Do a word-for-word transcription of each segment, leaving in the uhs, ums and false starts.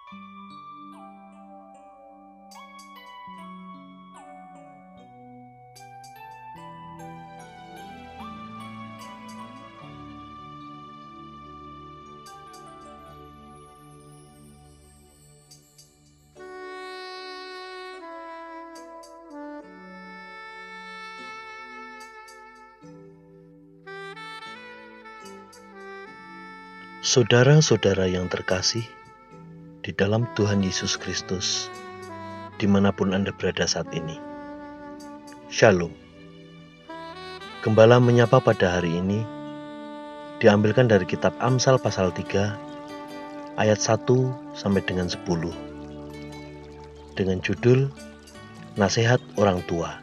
Saudara-saudara yang terkasih di dalam Tuhan Yesus Kristus, dimanapun Anda berada saat ini, Shalom. Gembala menyapa pada hari ini diambilkan dari kitab Amsal pasal tiga ayat satu sampai dengan sepuluh dengan judul Nasihat Orang Tua.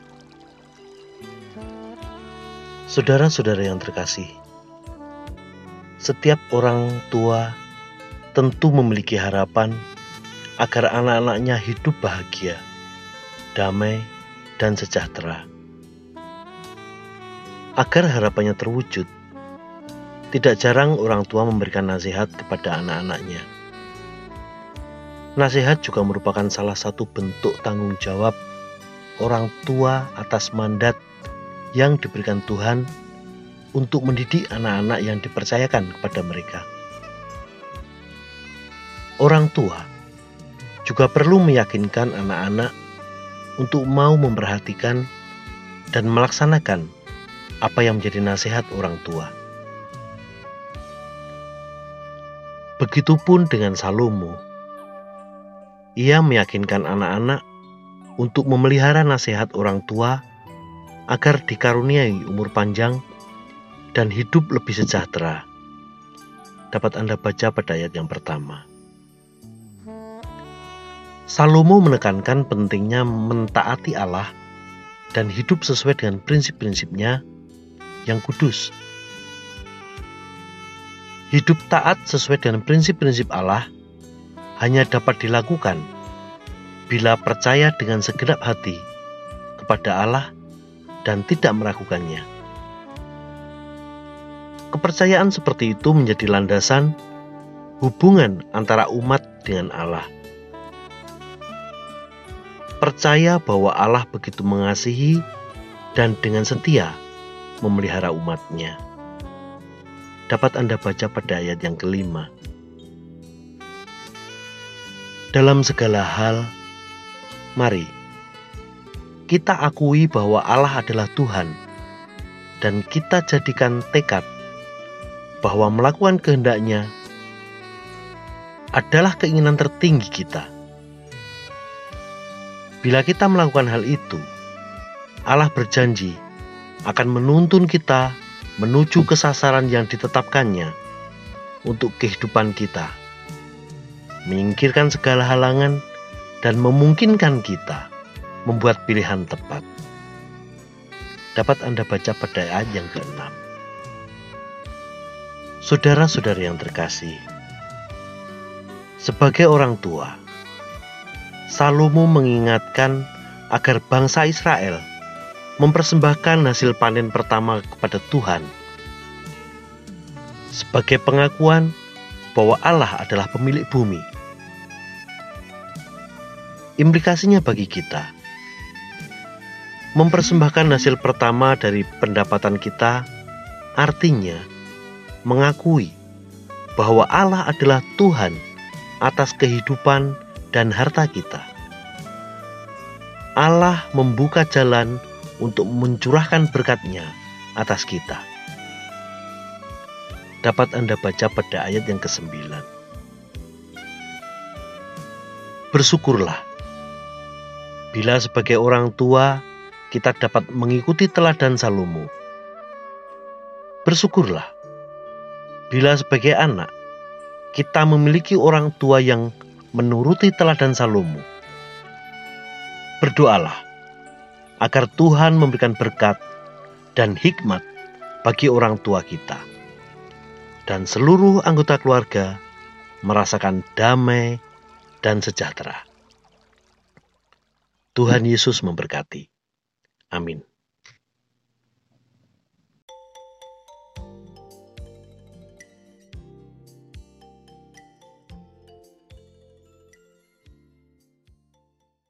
Saudara-saudara yang terkasih, setiap orang tua tentu memiliki harapan agar anak-anaknya hidup bahagia, damai, dan sejahtera. Agar harapannya terwujud, tidak jarang orang tua memberikan nasihat kepada anak-anaknya. Nasihat juga merupakan salah satu bentuk tanggung jawab orang tua atas mandat yang diberikan Tuhan untuk mendidik anak-anak yang dipercayakan kepada mereka. Orang tua juga perlu meyakinkan anak-anak untuk mau memperhatikan dan melaksanakan apa yang menjadi nasihat orang tua. Begitupun dengan Salomo. Ia meyakinkan anak-anak untuk memelihara nasihat orang tua agar dikaruniai umur panjang dan hidup lebih sejahtera. Dapat Anda baca pada ayat yang pertama. Salomo menekankan pentingnya mentaati Allah dan hidup sesuai dengan prinsip-prinsipnya yang kudus. Hidup taat sesuai dengan prinsip-prinsip Allah hanya dapat dilakukan bila percaya dengan segenap hati kepada Allah dan tidak meragukannya. Kepercayaan seperti itu menjadi landasan hubungan antara umat dengan Allah. Percaya bahwa Allah begitu mengasihi dan dengan setia memelihara umatnya. Dapat Anda baca pada ayat yang kelima. Dalam segala hal, mari kita akui bahwa Allah adalah Tuhan dan kita jadikan tekad bahwa melakukan kehendak-Nya adalah keinginan tertinggi kita. Bila kita melakukan hal itu, Allah berjanji akan menuntun kita menuju ke sasaran yang ditetapkannya untuk kehidupan kita, menyingkirkan segala halangan dan memungkinkan kita membuat pilihan tepat. Dapat Anda baca pada ayat yang keenam. Saudara-saudara yang terkasih, sebagai orang tua, Salomo mengingatkan agar bangsa Israel mempersembahkan hasil panen pertama kepada Tuhan sebagai pengakuan bahwa Allah adalah pemilik bumi. Implikasinya bagi kita, mempersembahkan hasil pertama dari pendapatan kita artinya mengakui bahwa Allah adalah Tuhan atas kehidupan dan harta kita. Allah membuka jalan untuk mencurahkan berkat-Nya atas kita. Dapat Anda baca pada ayat yang kesembilan. Bersyukurlah bila sebagai orang tua kita dapat mengikuti teladan Salomo. Bersyukurlah bila sebagai anak, kita memiliki orang tua yang menuruti teladan Salomo. Berdoalah agar Tuhan memberikan berkat dan hikmat bagi orang tua kita, dan seluruh anggota keluarga merasakan damai dan sejahtera. Tuhan Yesus memberkati. Amin.